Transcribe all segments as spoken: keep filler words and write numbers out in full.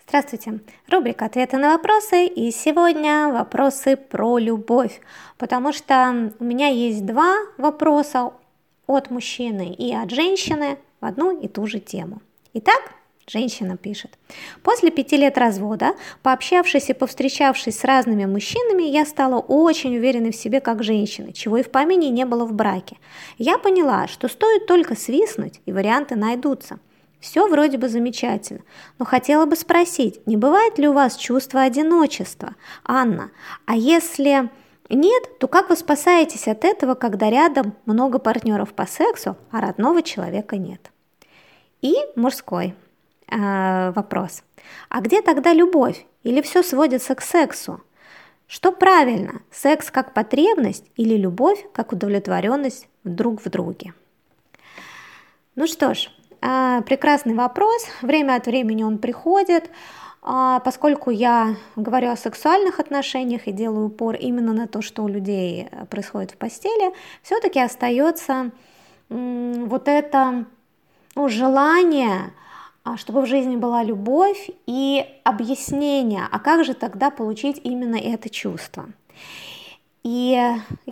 Здравствуйте! Рубрика «Ответы на вопросы», и сегодня вопросы про любовь, потому что у меня есть два вопроса от мужчины и от женщины в одну и ту же тему. Итак, женщина пишет: после пяти лет развода, пообщавшись и повстречавшись с разными мужчинами, я стала очень уверенной в себе как женщина, чего и в помине не было в браке. Я поняла, что стоит только свистнуть, и варианты найдутся. Все вроде бы замечательно, но хотела бы спросить, не бывает ли у вас чувство одиночества, Анна? А если нет, то как вы спасаетесь от этого, когда рядом много партнеров по сексу, а родного человека нет? И мужской э, вопрос. А где тогда любовь? Или все сводится к сексу? Что правильно, секс как потребность или любовь как удовлетворенность друг в друге? Ну что ж, прекрасный вопрос, время от времени он приходит, поскольку я говорю о сексуальных отношениях и делаю упор именно на то, что у людей происходит в постели, все-таки остается вот это ну, желание, чтобы в жизни была любовь и объяснение, а как же тогда получить именно это чувство. И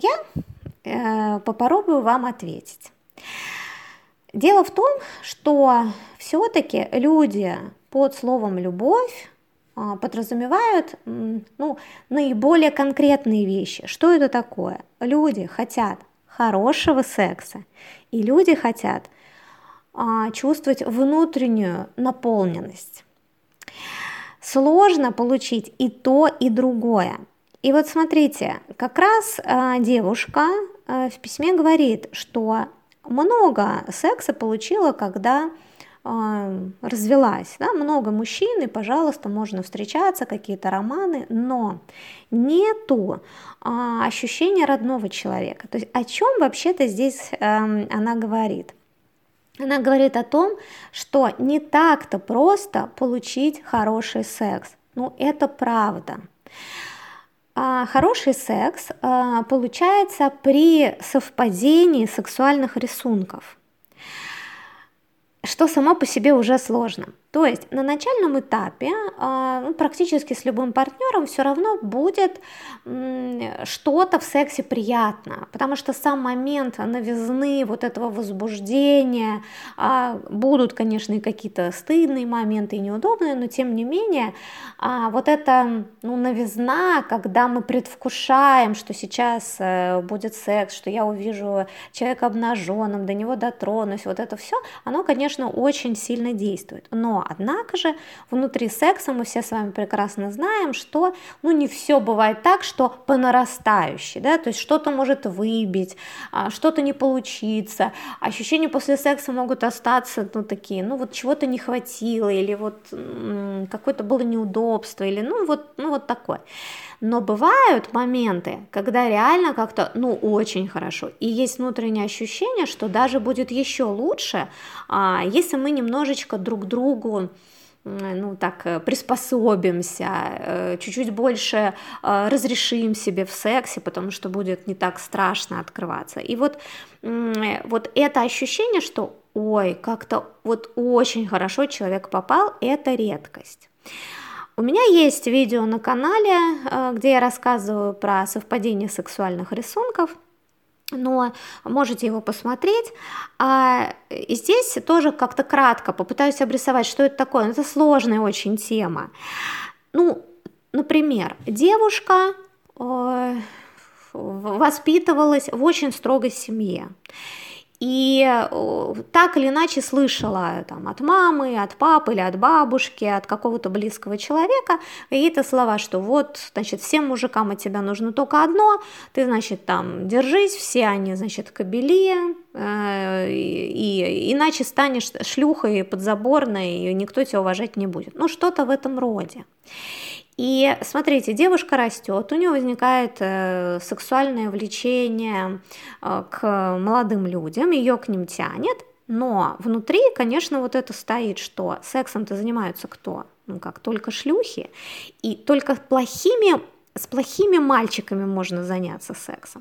я попробую вам ответить. Дело в том, что все-таки люди под словом «любовь» подразумевают ну, наиболее конкретные вещи. Что это такое? Люди хотят хорошего секса, и люди хотят а, чувствовать внутреннюю наполненность. Сложно получить и то, и другое. И вот смотрите, как раз а, девушка а, в письме говорит, что много секса получила, когда э, развелась, да, много мужчин, и, пожалуйста, можно встречаться, какие-то романы, но нету э, ощущения родного человека. То есть о чем вообще-то здесь э, она говорит? Она говорит о том, что не так-то просто получить хороший секс. Ну, это правда. Хороший секс а, получается при совпадении сексуальных рисунков, что само по себе уже сложно. То есть на начальном этапе а, ну, практически с любым партнером все равно будет м, что-то в сексе приятно, потому что сам момент новизны, вот этого возбуждения, а, будут, конечно, и какие-то стыдные моменты, и неудобные, но тем не менее а, вот эта ну, новизна, когда мы предвкушаем, что сейчас э, будет секс, что я увижу человека обнаженным, до него дотронусь, вот это все, оно, конечно, очень сильно действует. Но однако же внутри секса мы все с вами прекрасно знаем, что ну, не все бывает так, что по нарастающей, да, то есть что-то может выбить, что-то не получиться, ощущения после секса могут остаться, ну, такие, ну, вот чего-то не хватило, или вот м- какое-то было неудобство, или ну, вот, ну, вот такое. Но бывают моменты, когда реально как-то, ну, очень хорошо, и есть внутреннее ощущение, что даже будет еще лучше, а, если мы немножечко друг другу, ну, так, приспособимся, чуть-чуть больше разрешим себе в сексе, потому что будет не так страшно открываться. И вот, вот это ощущение, что, ой, как-то вот очень хорошо человек попал, это редкость. У меня есть видео на канале, где я рассказываю про совпадение сексуальных рисунков, но можете его посмотреть. А здесь тоже как-то кратко попытаюсь обрисовать, что это такое. Это сложная очень тема. Ну, например, девушка э, воспитывалась в очень строгой семье. И так или иначе слышала там, от мамы, от папы или от бабушки, от какого-то близкого человека какие-то слова, что вот, значит, всем мужикам от тебя нужно только одно, ты, значит, там, держись, все они, значит, кобели, э, и, и иначе станешь шлюхой подзаборной, и никто тебя уважать не будет. Ну, что-то в этом роде. И смотрите, девушка растет, у нее возникает э, сексуальное влечение э, к молодым людям, ее к ним тянет, но внутри, конечно, вот это стоит, что сексом-то занимаются кто? Ну как, только шлюхи, и только плохими, с плохими мальчиками можно заняться сексом.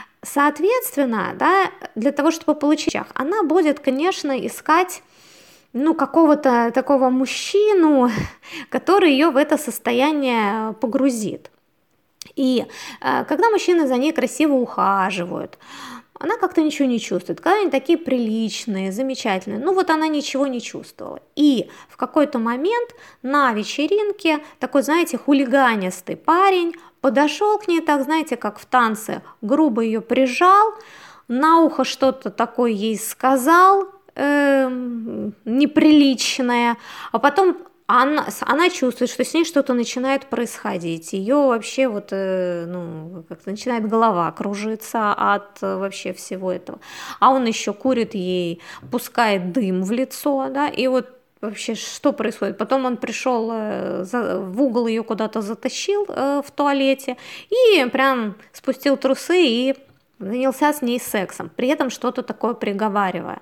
Соответственно, да, для того, чтобы получить, она будет, конечно, искать ну, какого-то такого мужчину, который ее в это состояние погрузит. И э, когда мужчины за ней красиво ухаживают, она как-то ничего не чувствует. Когда они такие приличные, замечательные, ну вот она ничего не чувствовала. И в какой-то момент на вечеринке такой, знаете, хулиганистый парень подошел к ней, так, знаете, как в танце, грубо ее прижал, на ухо что-то такое ей сказал, э, неприличное, а потом она, она чувствует, что с ней что-то начинает происходить, ее вообще вот, э, ну, как-то начинает голова кружиться от э, вообще всего этого, а он еще курит ей, пускает дым в лицо, да, и вот вообще что происходит? Потом он пришел э, за, в угол, ее куда-то затащил э, в туалете и прям спустил трусы и занялся с ней сексом, при этом что-то такое приговаривая.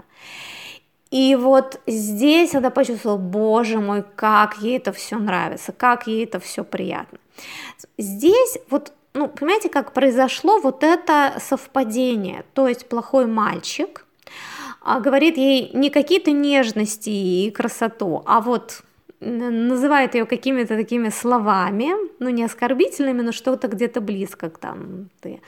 И вот здесь она почувствовала, боже мой, как ей это все нравится, как ей это все приятно. Здесь вот, ну, понимаете, как произошло вот это совпадение, то есть плохой мальчик а, говорит ей не какие-то нежности и красоту, а вот называет ее какими-то такими словами, ну не оскорбительными, но что-то где-то близко, там, ты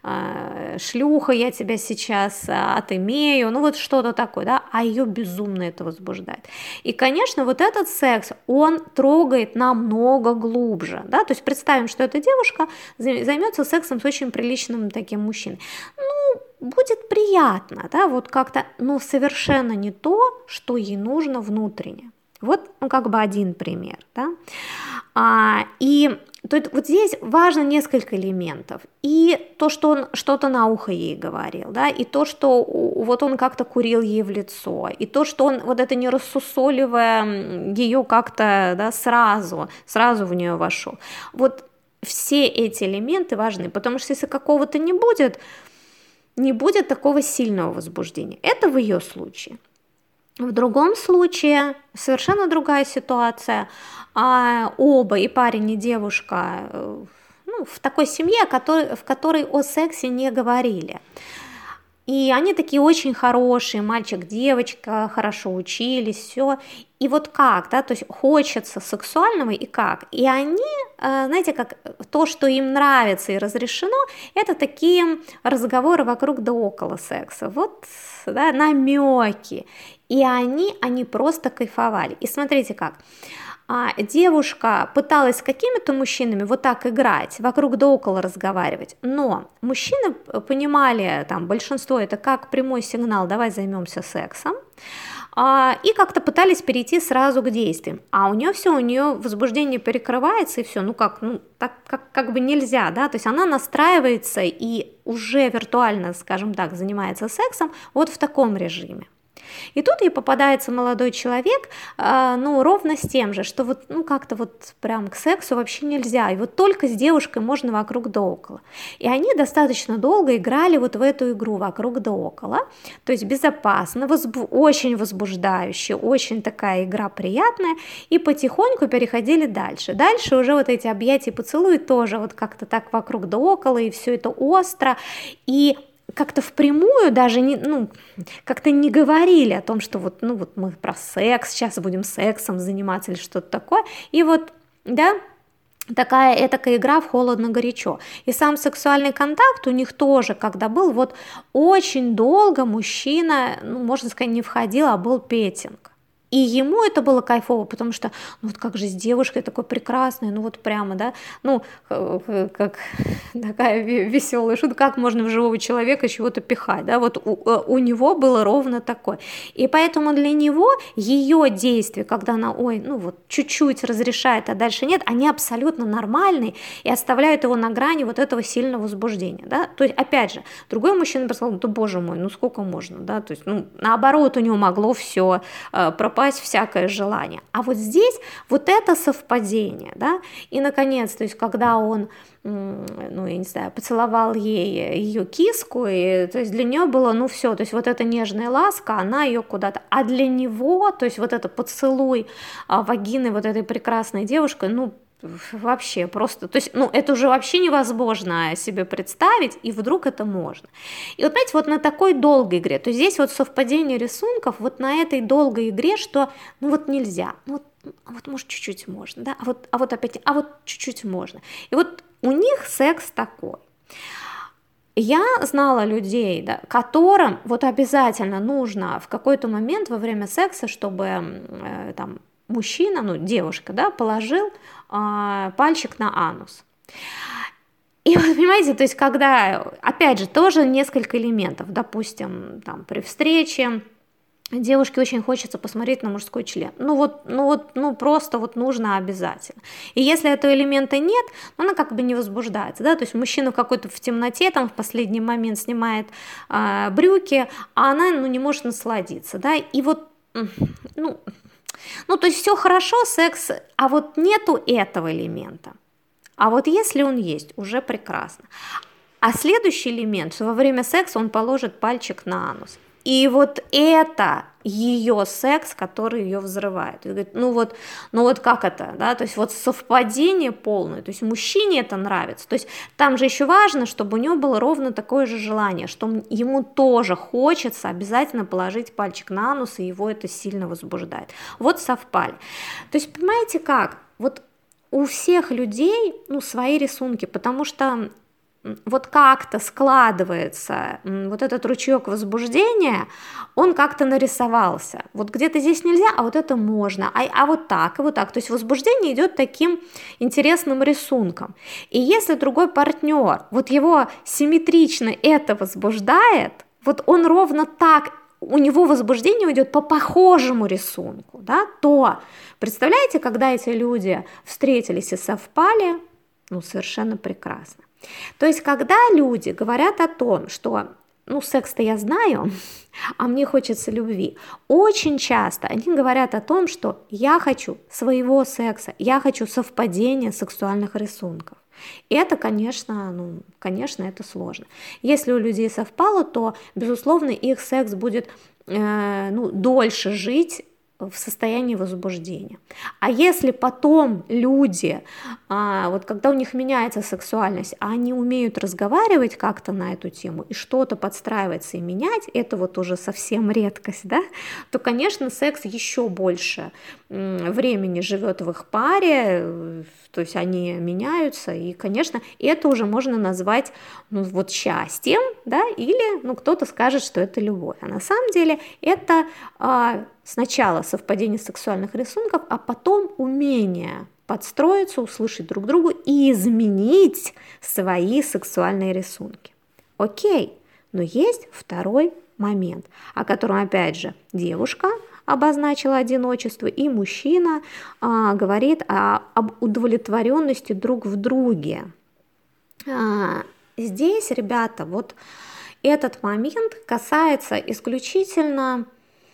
э, шлюха, я тебя сейчас отымею, ну вот что-то такое, да, а ее безумно это возбуждает. И, конечно, вот этот секс, он трогает намного глубже, да, то есть представим, что эта девушка займется сексом с очень приличным таким мужчиной, ну, будет приятно, да, вот как-то, но совершенно не то, что ей нужно внутренне. Вот, ну, как бы один пример, да, а, и тут, вот здесь важно несколько элементов, и то, что он что-то на ухо ей говорил, да, и то, что вот он как-то курил ей в лицо, и то, что он вот это не рассусоливая ее как-то, да, сразу, сразу в нее вошел, вот все эти элементы важны, потому что если какого-то не будет, не будет такого сильного возбуждения, это в ее случае. В другом случае совершенно другая ситуация, а оба, и парень, и девушка, ну, в такой семье, который, в которой о сексе не говорили. И они такие очень хорошие, мальчик, девочка, хорошо учились, все. И вот как, да, то есть хочется сексуального и как. И они, знаете, как то, что им нравится и разрешено, это такие разговоры вокруг да около секса, вот, да, намеки. И они, они просто кайфовали. И смотрите как. А девушка пыталась с какими-то мужчинами вот так играть, вокруг да около разговаривать, но мужчины понимали, там, большинство это как прямой сигнал, давай займемся сексом, а, и как-то пытались перейти сразу к действиям, а у нее все, у нее возбуждение перекрывается, и все, ну как, ну так как, как бы нельзя, да, то есть она настраивается и уже виртуально, скажем так, занимается сексом вот в таком режиме. И тут ей попадается молодой человек, э, ну, ровно с тем же, что вот, ну, как-то вот прям к сексу вообще нельзя, и вот только с девушкой можно вокруг да около. И они достаточно долго играли вот в эту игру вокруг да около, то есть безопасно, возбу- очень возбуждающая, очень такая игра приятная, и потихоньку переходили дальше. Дальше уже вот эти объятия и поцелуи тоже вот как-то так вокруг да около, и все это остро, и как-то впрямую даже не, ну, как-то не говорили о том, что вот, ну, вот мы про секс, сейчас будем сексом заниматься или что-то такое, и вот, да, такая этакая игра в холодно-горячо. И сам сексуальный контакт у них тоже, когда был, вот очень долго мужчина, ну, можно сказать, не входил, а был петинг. И ему это было кайфово, потому что, ну вот как же с девушкой такой прекрасной, ну вот прямо, да, ну как такая веселая шутка, как можно в живого человека чего-то пихать, да, вот у, у него было ровно такое. И поэтому для него ее действия, когда она, ой, ну вот чуть-чуть разрешает, а дальше нет, они абсолютно нормальные и оставляют его на грани вот этого сильного возбуждения, да. То есть, опять же, другой мужчина сказал, ну, да боже мой, ну сколько можно, да, то есть, ну, наоборот, у него могло все пропасть, всякое желание. А вот здесь вот это совпадение, да, и наконец, то есть когда он, ну, я не знаю, поцеловал ей ее киску, и, то есть для нее было, ну, все, то есть вот эта нежная ласка, она ее куда-то, а для него, то есть вот это поцелуй а, вагины вот этой прекрасной девушкой, ну, вообще просто, то есть, ну, это уже вообще невозможно себе представить, и вдруг это можно. И вот, понимаете, вот на такой долгой игре, то есть здесь вот совпадение рисунков, вот на этой долгой игре, что, ну, вот нельзя, ну, вот, а вот может чуть-чуть можно, да, а вот, а вот опять, а вот чуть-чуть можно. И вот у них секс такой. Я знала людей, да, которым вот обязательно нужно в какой-то момент во время секса, чтобы э, там мужчина, ну девушка, да, положил э, пальчик на анус. И вот, понимаете, то есть когда, опять же, тоже несколько элементов, допустим, там при встрече девушке очень хочется посмотреть на мужской член. Ну вот, ну вот, ну просто вот нужно обязательно. И если этого элемента нет, она как бы не возбуждается, да, то есть мужчина какой-то в темноте, там в последний момент снимает э, брюки, а она, ну, не может насладиться, да, и вот, ну, ну, то есть все хорошо, секс, а вот нету этого элемента. А вот если он есть, уже прекрасно. А следующий элемент, что во время секса он положит пальчик на анус. И вот это ее секс, который ее взрывает. И говорит, ну вот, ну вот как это, да, то есть вот совпадение полное, то есть мужчине это нравится, то есть там же еще важно, чтобы у него было ровно такое же желание, что ему тоже хочется обязательно положить пальчик на анус, и его это сильно возбуждает. Вот совпали. То есть понимаете как, вот у всех людей, ну, свои рисунки, потому что вот как-то складывается вот этот ручеек возбуждения, он как-то нарисовался. Вот где-то здесь нельзя, а вот это можно, а, а вот так, и вот так. То есть возбуждение идет таким интересным рисунком. И если другой партнер, вот его симметрично это возбуждает, вот он ровно так, у него возбуждение идет по похожему рисунку, да, то представляете, когда эти люди встретились и совпали, ну, совершенно прекрасно. То есть, когда люди говорят о том, что, ну, секс-то я знаю, а мне хочется любви, очень часто они говорят о том, что я хочу своего секса, я хочу совпадения сексуальных рисунков. И это, конечно, ну, конечно, это сложно. Если у людей совпало, то, безусловно, их секс будет э, ну, дольше жить в состоянии возбуждения. А если потом люди, а, вот когда у них меняется сексуальность, а они умеют разговаривать как-то на эту тему и что-то подстраиваться и менять, это вот уже совсем редкость, да, то, конечно, секс еще больше времени живет в их паре, то есть они меняются, и, конечно, это уже можно назвать, ну, вот счастьем, да, или, ну, кто-то скажет, что это любовь. А на самом деле это а, сначала совпадение сексуальных рисунков, а потом умение подстроиться, услышать друг другу и изменить свои сексуальные рисунки. Окей, но есть второй момент, о котором, опять же, девушка обозначила одиночество, и мужчина а, говорит о, об удовлетворенности друг в друге. А, здесь, ребята, вот этот момент касается исключительно,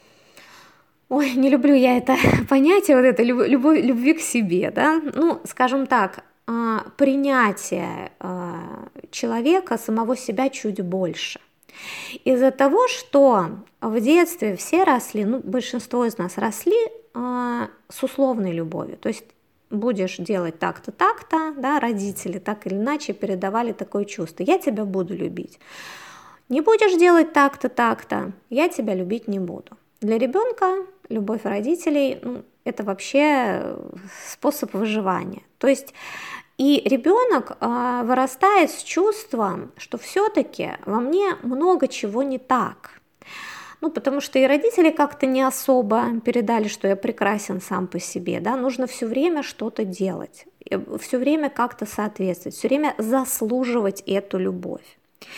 ой, не люблю я это понятие, вот это любовь, любви к себе, да, ну, скажем так, а, принятие а, человека, самого себя чуть больше. Из-за того, что в детстве все росли, ну, большинство из нас росли э, с условной любовью, то есть будешь делать так-то, так-то, да, родители так или иначе передавали такое чувство, я тебя буду любить, не будешь делать так-то, так-то, я тебя любить не буду. Для ребенка любовь родителей, ну, это вообще способ выживания, то есть и ребенок э, вырастает с чувством, что все-таки во мне много чего не так. Ну, потому что и родители как-то не особо передали, что я прекрасен сам по себе, да, нужно все время что-то делать, все время как-то соответствовать, все время заслуживать эту любовь.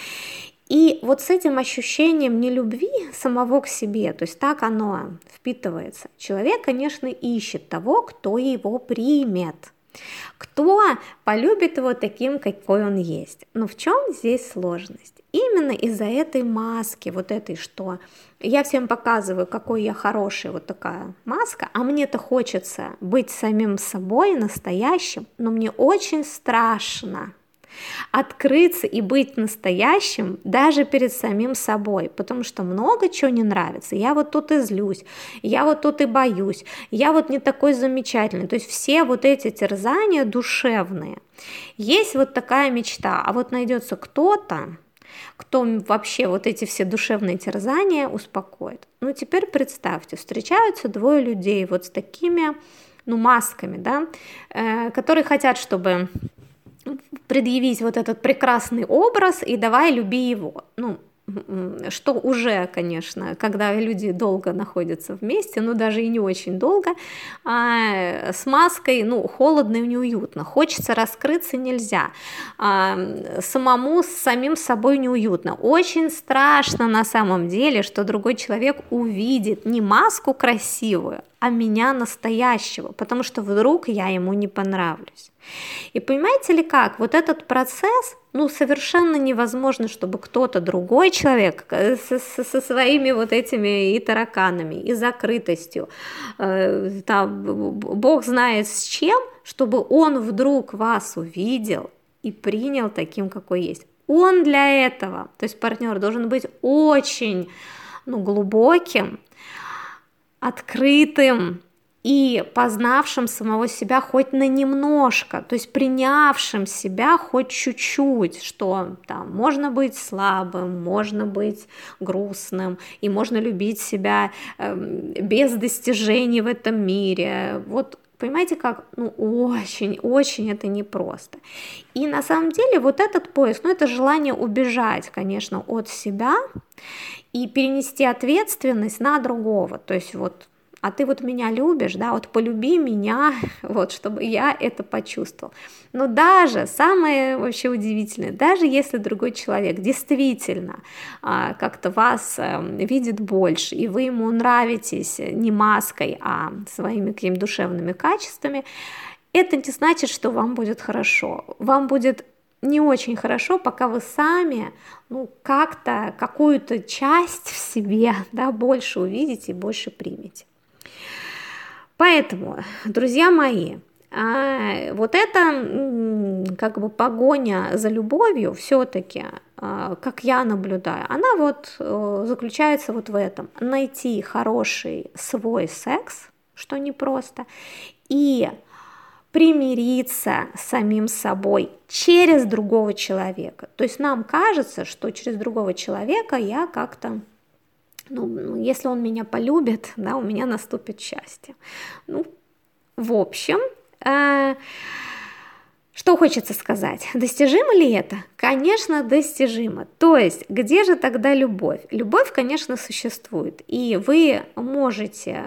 И вот с этим ощущением нелюбви самого к себе, то есть так оно впитывается, человек, конечно, ищет того, кто его примет. Кто полюбит его таким, какой он есть. Но в чем здесь сложность? Именно из-за этой маски, вот этой, что я всем показываю, какой я хороший, вот такая маска, а мне-то хочется быть самим собой, настоящим, но мне очень страшно Открыться и быть настоящим даже перед самим собой, потому что много чего не нравится. Я вот тут и злюсь, я вот тут и боюсь, я вот не такой замечательный. То есть все вот эти терзания душевные. Есть вот такая мечта, а вот найдется кто-то, кто вообще вот эти все душевные терзания успокоит. Ну, теперь представьте, встречаются двое людей вот с такими, ну, масками, да, э, которые хотят, чтобы предъявить вот этот прекрасный образ и давай люби его. Ну, что уже, конечно, когда люди долго находятся вместе, ну даже и не очень долго, а, с маской, ну, холодно и неуютно, хочется раскрыться, нельзя, а, самому с самим собой неуютно, очень страшно на самом деле, что другой человек увидит не маску красивую, а меня настоящего, потому что вдруг я ему не понравлюсь. И понимаете ли как, вот этот процесс, ну, совершенно невозможно, чтобы кто-то другой человек со, со своими вот этими и тараканами, и закрытостью, э, там, Бог знает с чем, чтобы он вдруг вас увидел и принял таким, какой есть. Он для этого, то есть партнер должен быть очень, ну, глубоким, открытым и познавшим самого себя хоть на немножко, то есть принявшим себя хоть чуть-чуть, что там можно быть слабым, можно быть грустным, и можно любить себя э, без достижений в этом мире. Вот понимаете как? Ну, очень-очень это непросто. И на самом деле вот этот поиск, ну, это желание убежать, конечно, от себя и перенести ответственность на другого, то есть вот, а ты вот меня любишь, да, вот полюби меня, вот, чтобы я это почувствовал. Но даже, самое вообще удивительное, даже если другой человек действительно а, как-то вас а, видит больше, и вы ему нравитесь не маской, а своими какими-то душевными качествами, это не значит, что вам будет хорошо. Вам будет не очень хорошо, пока вы сами, ну, как-то какую-то часть в себе, да, больше увидите и больше примете. Поэтому, друзья мои, вот эта как бы погоня за любовью все-таки, как я наблюдаю, она вот заключается вот в этом: найти хороший свой секс, что непросто, и примириться с самим собой через другого человека. То есть нам кажется, что через другого человека я как-то, ну, если он меня полюбит, да, у меня наступит счастье. Ну, в общем, э, что хочется сказать? Достижимо ли это? Конечно, достижимо. То есть, где же тогда любовь? Любовь, конечно, существует, и вы можете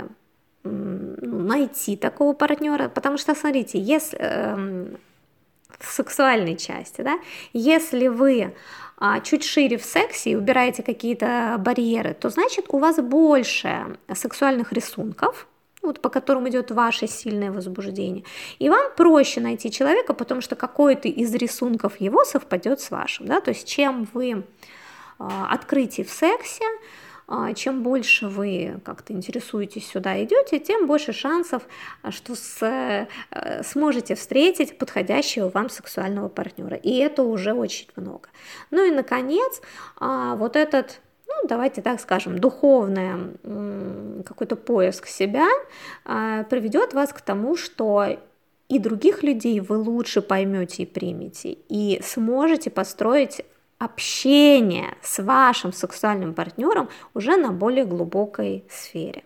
найти такого партнера, потому что, смотрите, если э, в сексуальной части, да, если вы а, чуть шире в сексе и убираете какие-то барьеры, то значит у вас больше сексуальных рисунков, вот, по которым идет ваше сильное возбуждение, и вам проще найти человека, потому что какой-то из рисунков его совпадет с вашим, да, то есть чем вы а, открытие в сексе, чем больше вы как-то интересуетесь, сюда идете, тем больше шансов, что с, сможете встретить подходящего вам сексуального партнера. И это уже очень много. Ну и, наконец, вот этот, ну, давайте так скажем, духовный какой-то поиск себя приведет вас к тому, что и других людей вы лучше поймете и примете, и сможете построить общение с вашим сексуальным партнером уже на более глубокой сфере.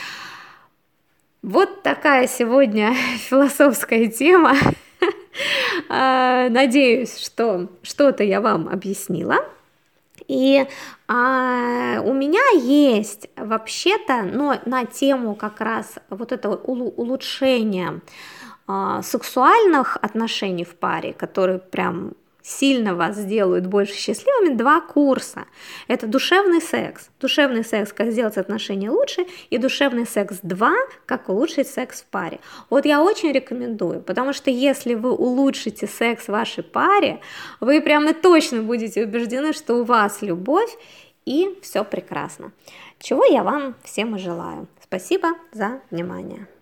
Вот такая сегодня философская тема. Надеюсь, что что-то я вам объяснила. И а, у меня есть вообще-то, но на тему как раз вот этого улучшения а, сексуальных отношений в паре, которые прям сильно вас сделают больше счастливыми, два курса. Это душевный секс. Душевный секс, как сделать отношения лучше, и душевный секс два, как улучшить секс в паре. Вот я очень рекомендую, потому что если вы улучшите секс в вашей паре, вы прямо точно будете убеждены, что у вас любовь, и все прекрасно. Чего я вам всем и желаю. Спасибо за внимание.